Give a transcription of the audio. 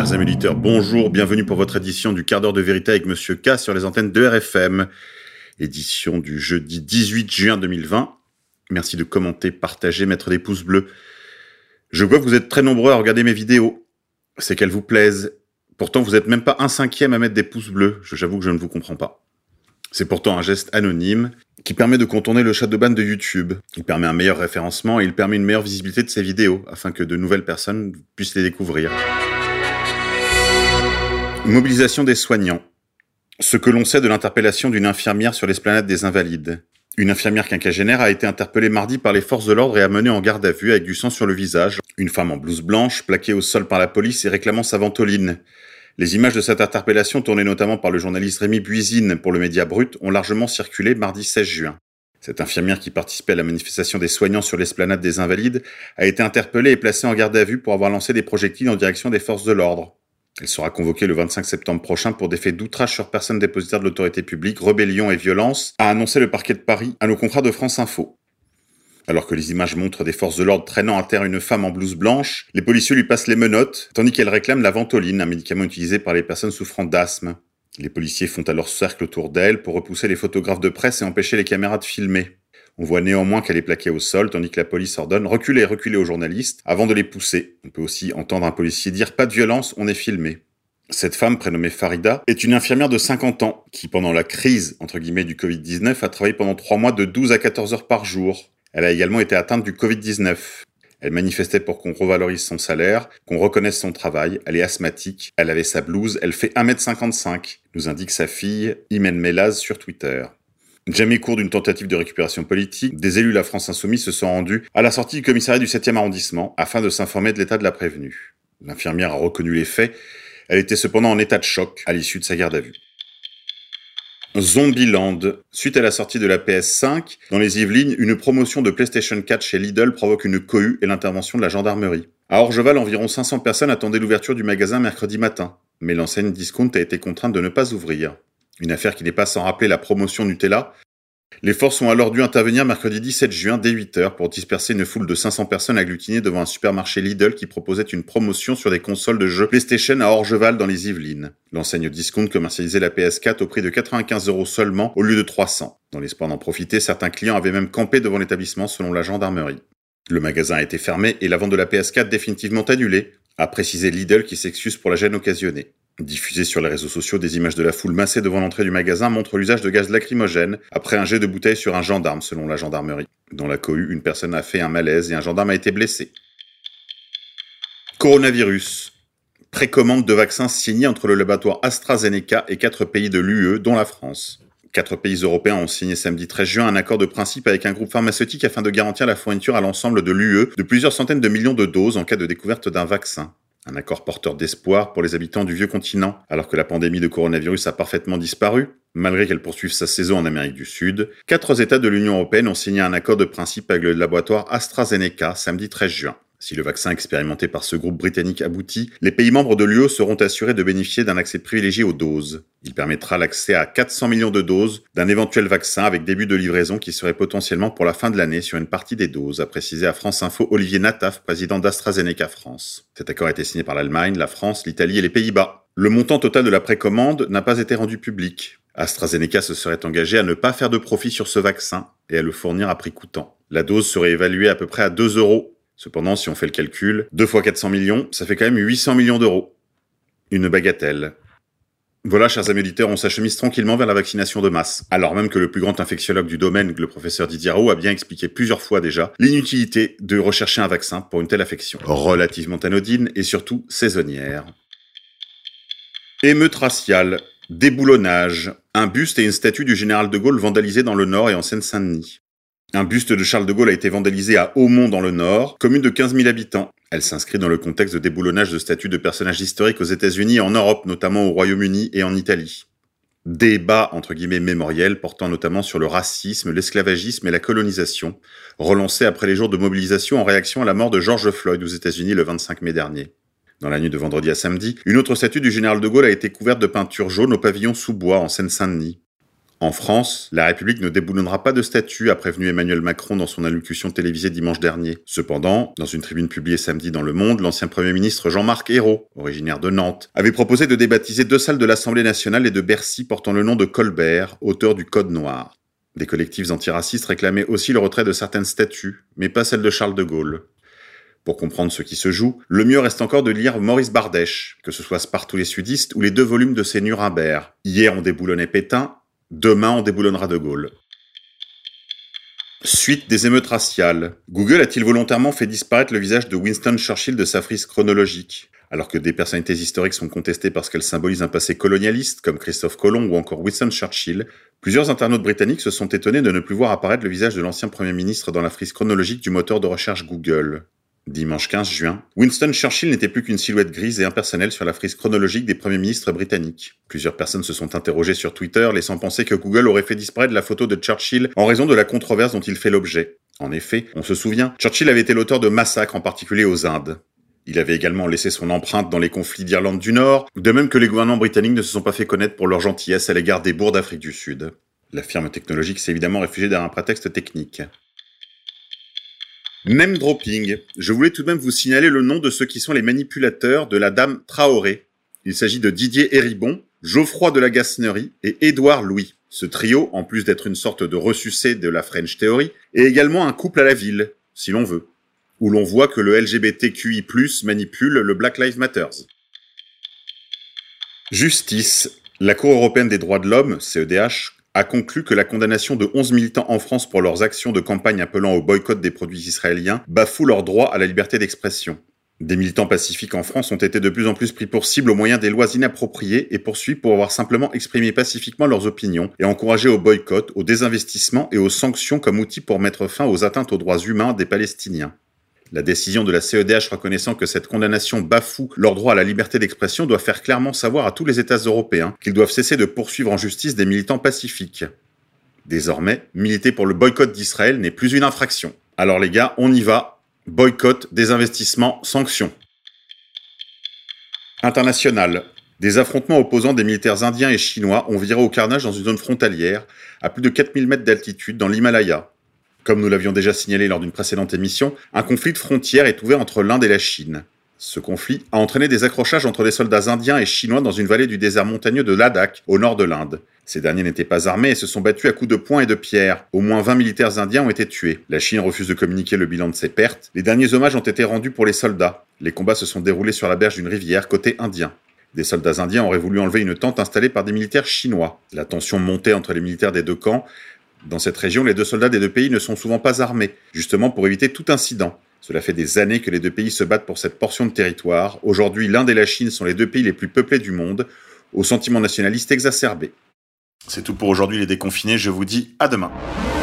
Chers amis auditeurs, bonjour, bienvenue pour votre édition du quart d'heure de vérité avec Monsieur K sur les antennes de RFM. Édition du jeudi 18 juin 2020. Merci de commenter, partager, mettre des pouces bleus. Je vois que vous êtes très nombreux à regarder mes vidéos. C'est qu'elles vous plaisent. Pourtant, vous n'êtes même pas 1/5 à mettre des pouces bleus. J'avoue que je ne vous comprends pas. C'est pourtant un geste anonyme qui permet de contourner le shadowban de YouTube. Il permet un meilleur référencement et il permet une meilleure visibilité de ces vidéos afin que de nouvelles personnes puissent les découvrir. Mobilisation des soignants. Ce que l'on sait de l'interpellation d'une infirmière sur l'esplanade des Invalides. Une infirmière quinquagénaire a été interpellée mardi par les forces de l'ordre et amenée en garde à vue avec du sang sur le visage. Une femme en blouse blanche, plaquée au sol par la police et réclamant sa ventoline. Les images de cette interpellation, tournées notamment par le journaliste Rémi Buisine pour le Média Brut, ont largement circulé mardi 16 juin. Cette infirmière qui participait à la manifestation des soignants sur l'esplanade des Invalides a été interpellée et placée en garde à vue pour avoir lancé des projectiles en direction des forces de l'ordre. Elle sera convoquée le 25 septembre prochain pour des faits d'outrage sur personne dépositaire de l'autorité publique, rébellion et violence, a annoncé le parquet de Paris à nos confrères de France Info. Alors que les images montrent des forces de l'ordre traînant à terre une femme en blouse blanche, les policiers lui passent les menottes, tandis qu'elle réclame la ventoline, un médicament utilisé par les personnes souffrant d'asthme. Les policiers font alors cercle autour d'elle pour repousser les photographes de presse et empêcher les caméras de filmer. On voit néanmoins qu'elle est plaquée au sol, tandis que la police ordonne « reculez, reculez » aux journalistes, avant de les pousser. On peut aussi entendre un policier dire « pas de violence, on est filmé ». Cette femme, prénommée Farida, est une infirmière de 50 ans, qui pendant la crise, entre guillemets, du Covid-19, a travaillé pendant 3 mois de 12 à 14 heures par jour. Elle a également été atteinte du Covid-19. Elle manifestait pour qu'on revalorise son salaire, qu'on reconnaisse son travail. Elle est asthmatique, elle avait sa blouse, elle fait 1m55, nous indique sa fille, Imen Melaz, sur Twitter. Jamais court d'une tentative de récupération politique, des élus de la France Insoumise se sont rendus à la sortie du commissariat du 7e arrondissement afin de s'informer de l'état de la prévenue. L'infirmière a reconnu les faits, elle était cependant en état de choc à l'issue de sa garde à vue. Zombieland. Suite à la sortie de la PS5, dans les Yvelines, une promotion de PlayStation 4 chez Lidl provoque une cohue et l'intervention de la gendarmerie. À Orgeval, environ 500 personnes attendaient l'ouverture du magasin mercredi matin, mais l'enseigne Discount a été contrainte de ne pas ouvrir. Une affaire qui n'est pas sans rappeler la promotion Nutella. Les forces ont alors dû intervenir mercredi 17 juin dès 8h pour disperser une foule de 500 personnes agglutinées devant un supermarché Lidl qui proposait une promotion sur des consoles de jeux PlayStation à Orgeval dans les Yvelines. L'enseigne Discount commercialisait la PS4 au prix de 95 € seulement au lieu de 300. Dans l'espoir d'en profiter, certains clients avaient même campé devant l'établissement selon la gendarmerie. Le magasin a été fermé et la vente de la PS4 définitivement annulée, a précisé Lidl qui s'excuse pour la gêne occasionnée. Diffusées sur les réseaux sociaux, des images de la foule massée devant l'entrée du magasin montrent l'usage de gaz lacrymogène après un jet de bouteille sur un gendarme, selon la gendarmerie. Dans la cohue, une personne a fait un malaise et un gendarme a été blessé. Coronavirus. Précommande de vaccins signée entre le laboratoire AstraZeneca et 4 pays de l'UE, dont la France. 4 pays européens ont signé samedi 13 juin un accord de principe avec un groupe pharmaceutique afin de garantir la fourniture à l'ensemble de l'UE de plusieurs centaines de millions de doses en cas de découverte d'un vaccin. Un accord porteur d'espoir pour les habitants du vieux continent, alors que la pandémie de coronavirus a parfaitement disparu, malgré qu'elle poursuive sa saison en Amérique du Sud. 4 États de l'Union européenne ont signé un accord de principe avec le laboratoire AstraZeneca samedi 13 juin. Si le vaccin expérimenté par ce groupe britannique aboutit, les pays membres de l'UE seront assurés de bénéficier d'un accès privilégié aux doses. Il permettra l'accès à 400 millions de doses d'un éventuel vaccin avec début de livraison qui serait potentiellement pour la fin de l'année sur une partie des doses, a précisé à France Info Olivier Nataf, président d'AstraZeneca France. Cet accord a été signé par l'Allemagne, la France, l'Italie et les Pays-Bas. Le montant total de la précommande n'a pas été rendu public. AstraZeneca se serait engagé à ne pas faire de profit sur ce vaccin et à le fournir à prix coûtant. La dose serait évaluée à peu près à 2 €. Cependant, si on fait le calcul, 2 fois 400 millions, ça fait quand même 800 millions d'euros. Une bagatelle. Voilà, chers amis auditeurs, on s'achemise tranquillement vers la vaccination de masse. Alors même que le plus grand infectiologue du domaine, le professeur Didier Raoult, a bien expliqué plusieurs fois déjà l'inutilité de rechercher un vaccin pour une telle affection. Relativement anodine et surtout saisonnière. Émeute raciale. Déboulonnage. Un buste et une statue du général de Gaulle vandalisés dans le Nord et en Seine-Saint-Denis. Un buste de Charles de Gaulle a été vandalisé à Aumont dans le Nord, commune de 15 000 habitants. Elle s'inscrit dans le contexte de déboulonnage de statues de personnages historiques aux États-Unis et en Europe, notamment au Royaume-Uni et en Italie. Débat entre guillemets mémoriel portant notamment sur le racisme, l'esclavagisme et la colonisation, relancé après les jours de mobilisation en réaction à la mort de George Floyd aux États-Unis le 25 mai dernier. Dans la nuit de vendredi à samedi, une autre statue du général de Gaulle a été couverte de peinture jaune au pavillon sous bois en Seine-Saint-Denis. En France, la République ne déboulonnera pas de statue, a prévenu Emmanuel Macron dans son allocution télévisée dimanche dernier. Cependant, dans une tribune publiée samedi dans Le Monde, l'ancien Premier ministre Jean-Marc Ayrault, originaire de Nantes, avait proposé de débaptiser 2 salles de l'Assemblée nationale et de Bercy portant le nom de Colbert, auteur du Code noir. Des collectifs antiracistes réclamaient aussi le retrait de certaines statues, mais pas celle de Charles de Gaulle. Pour comprendre ce qui se joue, le mieux reste encore de lire Maurice Bardèche, que ce soit Spartous les sudistes ou les 2 volumes de ses Nuremberg. Hier on déboulonnait Pétain, demain on déboulonnera de Gaulle. Suite des émeutes raciales. Google a-t-il volontairement fait disparaître le visage de Winston Churchill de sa frise chronologique ? Alors que des personnalités historiques sont contestées parce qu'elles symbolisent un passé colonialiste, comme Christophe Colomb ou encore Winston Churchill, plusieurs internautes britanniques se sont étonnés de ne plus voir apparaître le visage de l'ancien Premier ministre dans la frise chronologique du moteur de recherche Google. Dimanche 15 juin, Winston Churchill n'était plus qu'une silhouette grise et impersonnelle sur la frise chronologique des premiers ministres britanniques. Plusieurs personnes se sont interrogées sur Twitter, laissant penser que Google aurait fait disparaître la photo de Churchill en raison de la controverse dont il fait l'objet. En effet, on se souvient, Churchill avait été l'auteur de massacres, en particulier aux Indes. Il avait également laissé son empreinte dans les conflits d'Irlande du Nord, de même que les gouvernements britanniques ne se sont pas fait connaître pour leur gentillesse à l'égard des bourgs d'Afrique du Sud. La firme technologique s'est évidemment réfugiée derrière un prétexte technique. Name dropping. Je voulais tout de même vous signaler le nom de ceux qui sont les manipulateurs de la dame Traoré. Il s'agit de Didier Héribon, Geoffroy de la Gasnerie et Édouard Louis. Ce trio, en plus d'être une sorte de ressucé de la French Theory, est également un couple à la ville, si l'on veut, où l'on voit que le LGBTQI+, manipule le Black Lives Matter. Justice. La Cour européenne des droits de l'homme, CEDH, a conclu que la condamnation de 11 militants en France pour leurs actions de campagne appelant au boycott des produits israéliens bafoue leur droit à la liberté d'expression. Des militants pacifiques en France ont été de plus en plus pris pour cible au moyen des lois inappropriées et poursuivis pour avoir simplement exprimé pacifiquement leurs opinions et encouragé au boycott, au désinvestissement et aux sanctions comme outil pour mettre fin aux atteintes aux droits humains des Palestiniens. La décision de la CEDH reconnaissant que cette condamnation bafoue leur droit à la liberté d'expression doit faire clairement savoir à tous les États européens qu'ils doivent cesser de poursuivre en justice des militants pacifiques. Désormais, militer pour le boycott d'Israël n'est plus une infraction. Alors les gars, on y va. Boycott, désinvestissement, sanctions. International. Des affrontements opposant des militaires indiens et chinois ont viré au carnage dans une zone frontalière, à plus de 4000 mètres d'altitude dans l'Himalaya. Comme nous l'avions déjà signalé lors d'une précédente émission, un conflit de frontière est ouvert entre l'Inde et la Chine. Ce conflit a entraîné des accrochages entre les soldats indiens et chinois dans une vallée du désert montagneux de Ladakh, au nord de l'Inde. Ces derniers n'étaient pas armés et se sont battus à coups de poing et de pierre. Au moins 20 militaires indiens ont été tués. La Chine refuse de communiquer le bilan de ses pertes. Les derniers hommages ont été rendus pour les soldats. Les combats se sont déroulés sur la berge d'une rivière côté indien. Des soldats indiens auraient voulu enlever une tente installée par des militaires chinois. La tension montait entre les militaires des 2 camps. Dans cette région, les 2 soldats des 2 pays ne sont souvent pas armés, justement pour éviter tout incident. Cela fait des années que les 2 pays se battent pour cette portion de territoire. Aujourd'hui, l'Inde et la Chine sont les 2 pays les plus peuplés du monde, au sentiment nationaliste exacerbé. C'est tout pour aujourd'hui les déconfinés, je vous dis à demain.